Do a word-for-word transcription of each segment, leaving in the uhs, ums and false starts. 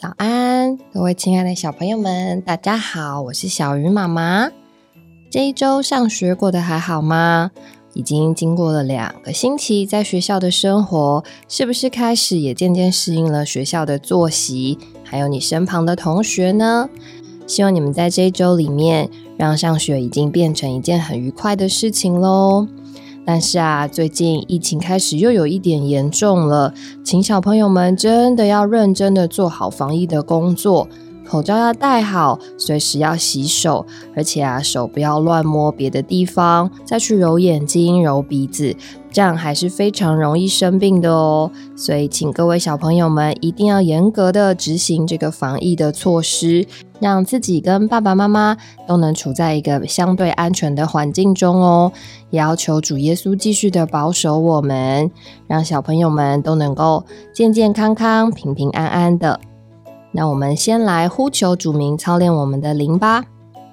早安，各位亲爱的小朋友们，大家好，我是小鱼妈妈。这一周上学过得还好吗？已经经过了两个星期在学校的生活，是不是开始也渐渐适应了学校的作息，还有你身旁的同学呢？希望你们在这一周里面，让上学已经变成一件很愉快的事情咯。但是啊，最近疫情开始又有一点严重了，请小朋友们真的要认真的做好防疫的工作，口罩要戴好，随时要洗手，而且啊，手不要乱摸别的地方，再去揉眼睛、揉鼻子，这样还是非常容易生病的哦。所以请各位小朋友们一定要严格的执行这个防疫的措施，让自己跟爸爸妈妈都能处在一个相对安全的环境中哦。也要求主耶稣继续的保守我们，让小朋友们都能够健健康康、平平安安的。那我们先来呼求主名，操练我们的灵吧。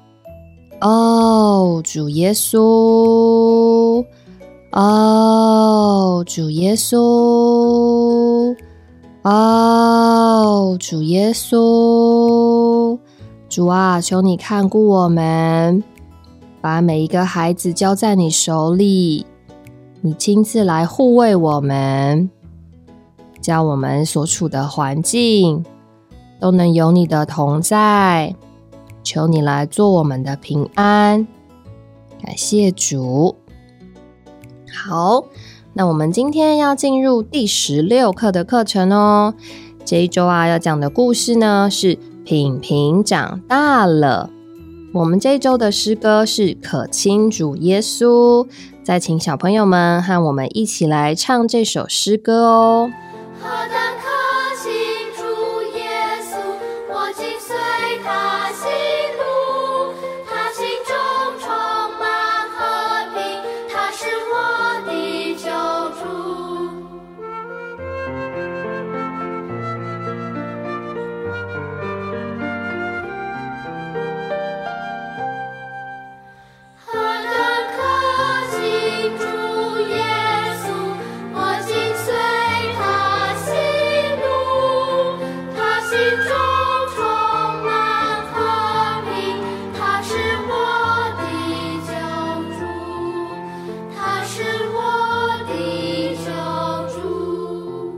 哦，主耶稣，哦，主耶稣，哦，主耶稣，主啊，求你看顾我们，把每一个孩子交在你手里，你亲自来护卫我们，叫我们所处的环境都能有你的同在，求你来做我们的平安，感谢主。好，那我们今天要进入第十六课的课程哦。这一周啊，要讲的故事呢是品品长大了。我们这一周的诗歌是可亲主耶稣，再请小朋友们和我们一起来唱这首诗歌哦。 何等可亲主耶稣，我紧随他行路，他心中充满和平，他是我的救主。何等可亲主耶稣，我紧随他行路，他心中充满和平，他是我的救主，他是我的救主。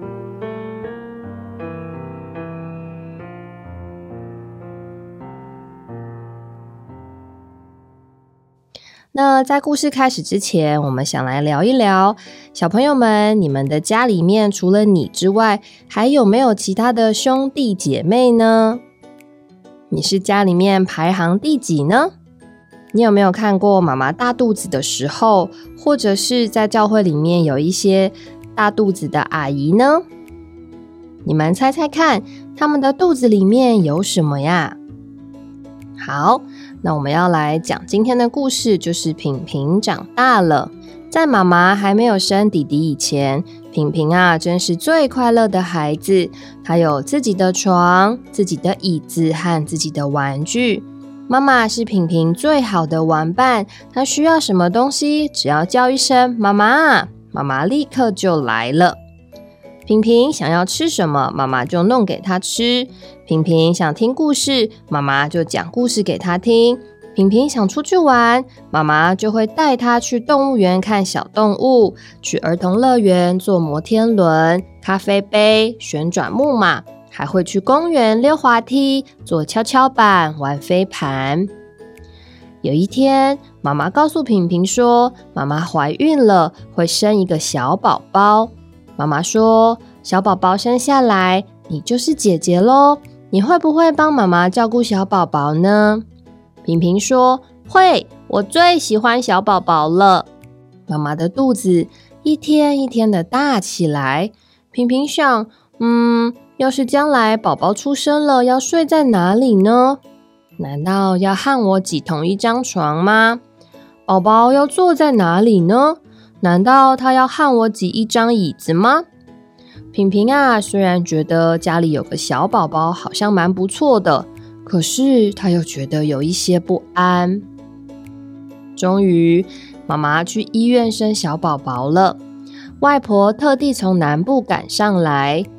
那在故事开始之前，我们想来聊一聊，小朋友们，你们的家里面除了你之外，还有没有其他的兄弟姐妹呢？你是家里面排行第几呢？你有没有看过妈妈大肚子的时候，或者是在教会里面有一些大肚子的阿姨呢？你们猜猜看，他们的肚子里面有什么呀？好，那我们要来讲今天的故事，就是品品长大了。在妈妈还没有生弟弟以前，品品啊，真是最快乐的孩子。他有自己的床、自己的椅子和自己的玩具。妈妈是品品最好的玩伴，他需要什么东西，只要叫一声妈妈，妈妈立刻就来了。品品想要吃什么，妈妈就弄给他吃。品品想听故事，妈妈就讲故事给他听。品品想出去玩，妈妈就会带他去动物园看小动物，去儿童乐园坐摩天轮、咖啡杯、旋转木马，还会去公园溜滑梯、坐跷跷板、玩飞盘。有一天，妈妈告诉品品说，妈妈怀孕了，会生一个小宝宝。妈妈说，小宝宝生下来，你就是姐姐咯，你会不会帮妈妈照顾小宝宝呢？品品说，会，我最喜欢小宝宝了。妈妈的肚子一天一天的大起来，品品想，嗯，要是将来宝宝出生了，要睡在哪里呢？难道要和我挤同一张床吗？宝宝要坐在哪里呢？难道他要和我挤一张椅子吗？品品啊，虽然觉得家里有个小宝宝好像蛮不错的，可是他又觉得有一些不安。终于，妈妈去医院生小宝宝了。外婆特地从南部赶上来，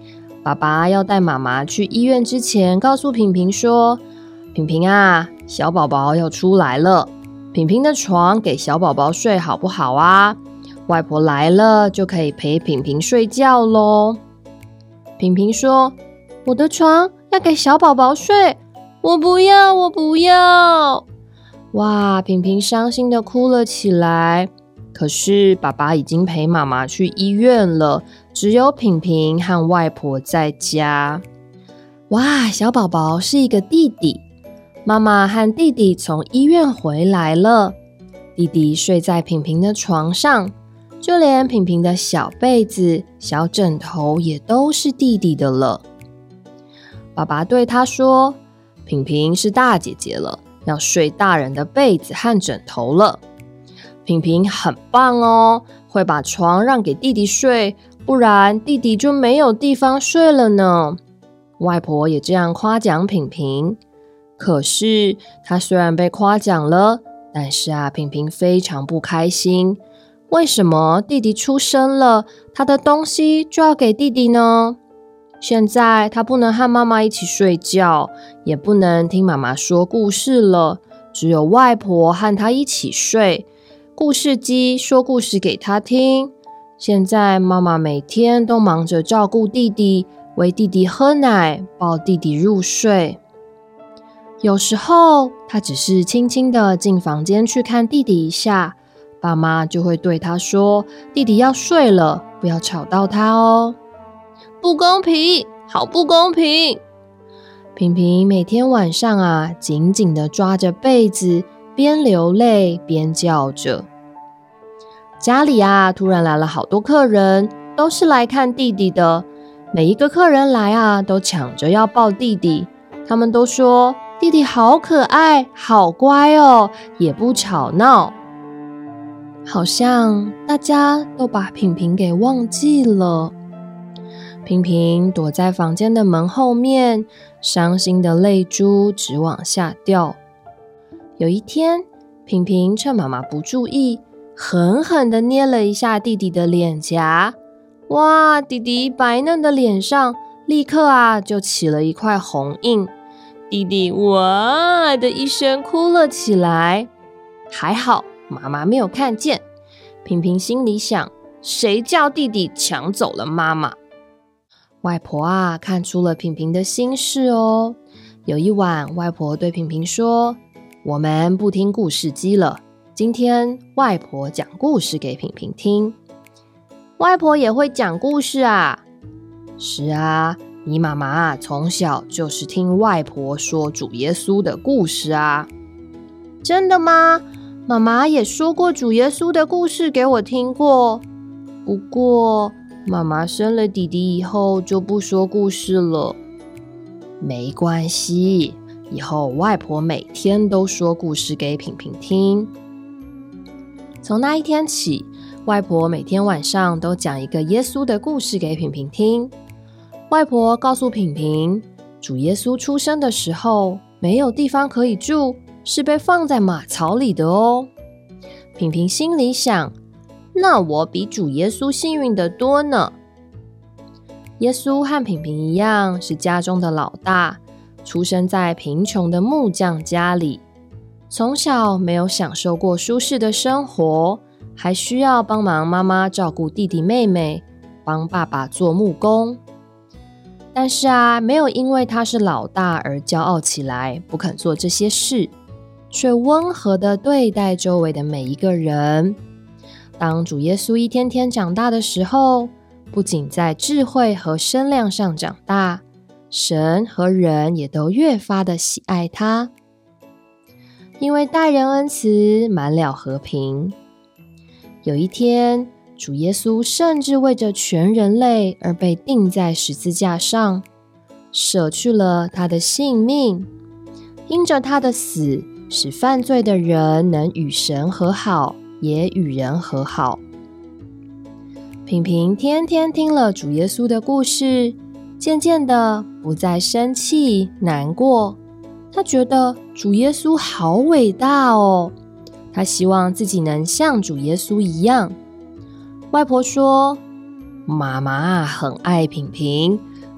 爸爸要带妈妈去医院之前，告诉平平说：平平啊，小宝宝要出来了，平平的床给小宝宝睡好不好啊？外婆来了就可以陪平平睡觉咯。平平说：我的床要给小宝宝睡，我不要，我不要。哇，平平伤心的哭了起来。可是爸爸已经陪妈妈去医院了，只有平平和外婆在家。哇，小宝宝是一个弟弟，妈妈和弟弟从医院回来了。弟弟睡在平平的床上，就连平平的小被子、小枕头也都是弟弟的了。爸爸对他说：平平是大姐姐了，要睡大人的被子和枕头了。平平很棒哦，会把床让给弟弟睡，不然弟弟就没有地方睡了呢。外婆也这样夸奖平平。可是她虽然被夸奖了，但是啊，平平非常不开心。为什么弟弟出生了，他的东西就要给弟弟呢？现在他不能和妈妈一起睡觉，也不能听妈妈说故事了，只有外婆和他一起睡。故事机说故事给他听。现在妈妈每天都忙着照顾弟弟，喂弟弟喝奶，抱弟弟入睡。有时候他只是轻轻地进房间去看弟弟一下，爸妈就会对他说：弟弟要睡了，不要吵到他哦。不公平，好不公平！平平每天晚上啊，紧紧地抓着被子，边流泪边叫着。家里啊，突然来了好多客人，都是来看弟弟的。每一个客人来啊，都抢着要抱弟弟。他们都说弟弟好可爱，好乖哦，也不吵闹。好像大家都把平平给忘记了。平平躲在房间的门后面，伤心的泪珠直往下掉。有一天，平平趁妈妈不注意，狠狠地捏了一下弟弟的脸颊。哇，弟弟白嫩的脸上立刻啊就起了一块红印。弟弟哇的一声哭了起来。还好妈妈没有看见。平平心里想：谁叫弟弟抢走了妈妈？外婆啊看出了平平的心事哦。有一晚，外婆对平平说：我们不听故事机了，今天外婆讲故事给平平听。外婆也会讲故事啊？是啊，你妈妈从小就是听外婆说主耶稣的故事啊。真的吗？妈妈也说过主耶稣的故事给我听过。不过妈妈生了弟弟以后就不说故事了。没关系，以后外婆每天都说故事给平平听。从那一天起，外婆每天晚上都讲一个耶稣的故事给平平听。外婆告诉平平，主耶稣出生的时候没有地方可以住，是被放在马槽里的哦。平平心里想，那我比主耶稣幸运得多呢。耶稣和平平一样，是家中的老大，出生在贫穷的木匠家里。从小没有享受过舒适的生活，还需要帮忙妈妈照顾弟弟妹妹，帮爸爸做木工。但是啊，没有因为他是老大而骄傲起来，不肯做这些事，却温和地对待周围的每一个人。当主耶稣一天天长大的时候，不仅在智慧和身量上长大，神和人也都越发的喜爱他，因为待人恩慈，满了和平。有一天，主耶稣甚至为着全人类而被钉在十字架上，舍去了他的性命。因着他的死，使犯罪的人能与神和好，也与人和好。平平天天听了主耶稣的故事，渐渐的不再生气难过。他觉得主耶稣好伟大哦，他希望自己能像主耶稣一样。外婆说，妈妈很爱平平，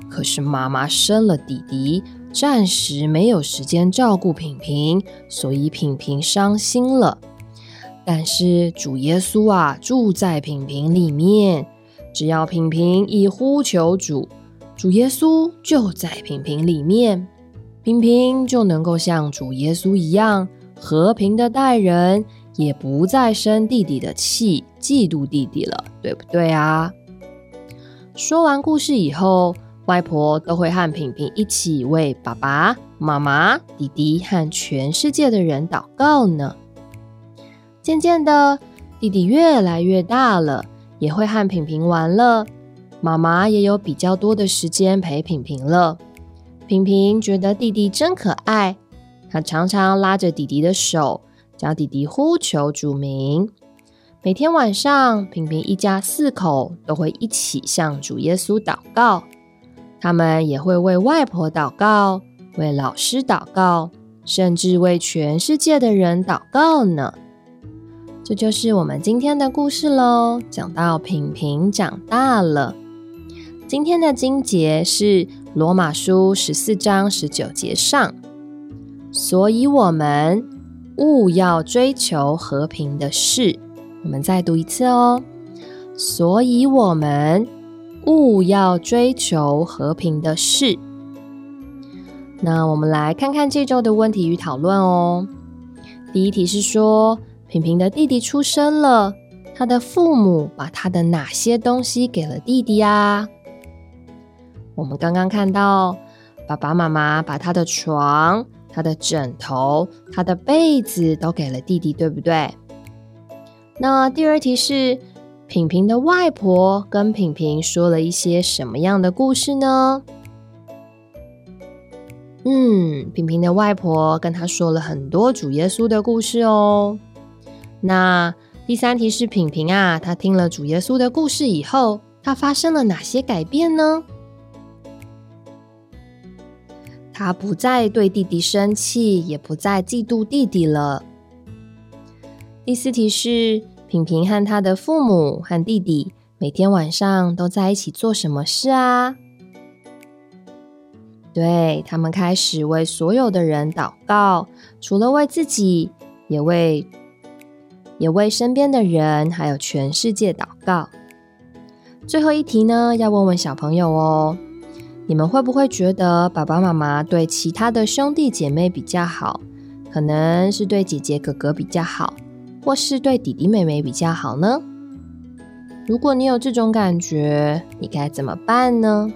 可是妈妈生了弟弟，暂时没有时间照顾平平，所以平平伤心了。但是主耶稣啊，住在平平里面，只要平平一呼求主，主耶稣就在平平里面，平平就能够像主耶稣一样和平的待人，也不再生弟弟的气，嫉妒弟弟了，对不对啊？说完故事以后，外婆都会和平平一起为爸爸、妈妈、弟弟和全世界的人祷告呢。渐渐的，弟弟越来越大了，也会和平平玩了，妈妈也有比较多的时间陪平平了。平平觉得弟弟真可爱，他常常拉着弟弟的手，叫弟弟呼求主名。每天晚上，平平一家四口都会一起向主耶稣祷告，他们也会为外婆祷告，为老师祷告，甚至为全世界的人祷告呢。这就是我们今天的故事咯，讲到平平长大了。今天的经节是罗马书十四章十九节上，所以我们务要追求和平的事。我们再读一次哦，所以我们务要追求和平的事。那我们来看看这周的问题与讨论哦。第一题是说，平平的弟弟出生了，他的父母把他的哪些东西给了弟弟啊？我们刚刚看到爸爸妈妈把他的床、他的枕头、他的被子都给了弟弟，对不对？那第二题是，平平的外婆跟平平说了一些什么样的故事呢？嗯，平平的外婆跟他说了很多主耶稣的故事哦。那第三题是，平平啊，他听了主耶稣的故事以后，他发生了哪些改变呢？他不再对弟弟生气，也不再嫉妒弟弟了。第四题是，平平和他的父母和弟弟每天晚上都在一起做什么事啊？对，他们开始为所有的人祷告，除了为自己，也为也为身边的人还有全世界祷告。最后一题呢，要问问小朋友哦，你们会不会觉得爸爸妈妈对其他的兄弟姐妹比较好？可能是对姐姐哥哥比较好，或是对弟弟妹妹比较好呢？如果你有这种感觉，你该怎么办呢？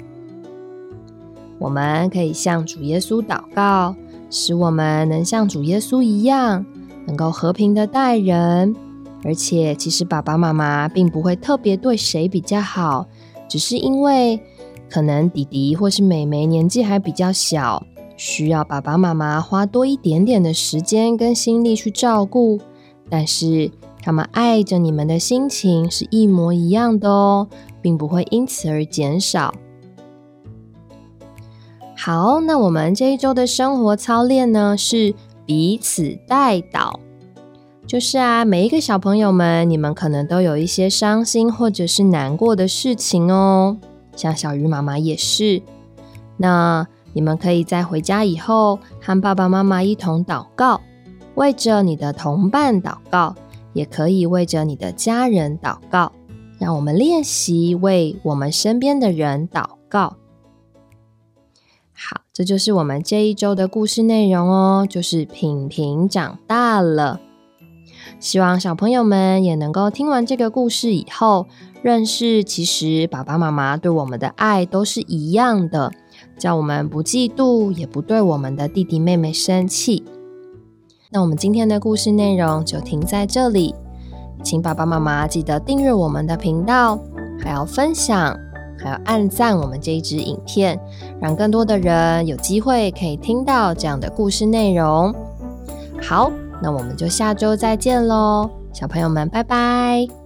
我们可以向主耶稣祷告，使我们能像主耶稣一样，能够和平的待人。而且其实爸爸妈妈并不会特别对谁比较好，只是因为可能弟弟或是妹妹年纪还比较小，需要爸爸妈妈花多一点点的时间跟心力去照顾，但是他们爱着你们的心情是一模一样的哦，并不会因此而减少。好，那我们这一周的生活操练呢，是彼此代祷。就是啊，每一个小朋友们，你们可能都有一些伤心或者是难过的事情哦，像小鱼妈妈也是。那你们可以在回家以后和爸爸妈妈一同祷告，为着你的同伴祷告，也可以为着你的家人祷告。让我们练习为我们身边的人祷告。好，这就是我们这一周的故事内容哦，就是平平长大了。希望小朋友们也能够听完这个故事以后，认识其实爸爸妈妈对我们的爱都是一样的，叫我们不嫉妒，也不对我们的弟弟妹妹生气。那我们今天的故事内容就停在这里，请爸爸妈妈记得订阅我们的频道，还要分享，还要按赞我们这一支影片，让更多的人有机会可以听到这样的故事内容。好，那我们就下周再见咯，小朋友们拜拜。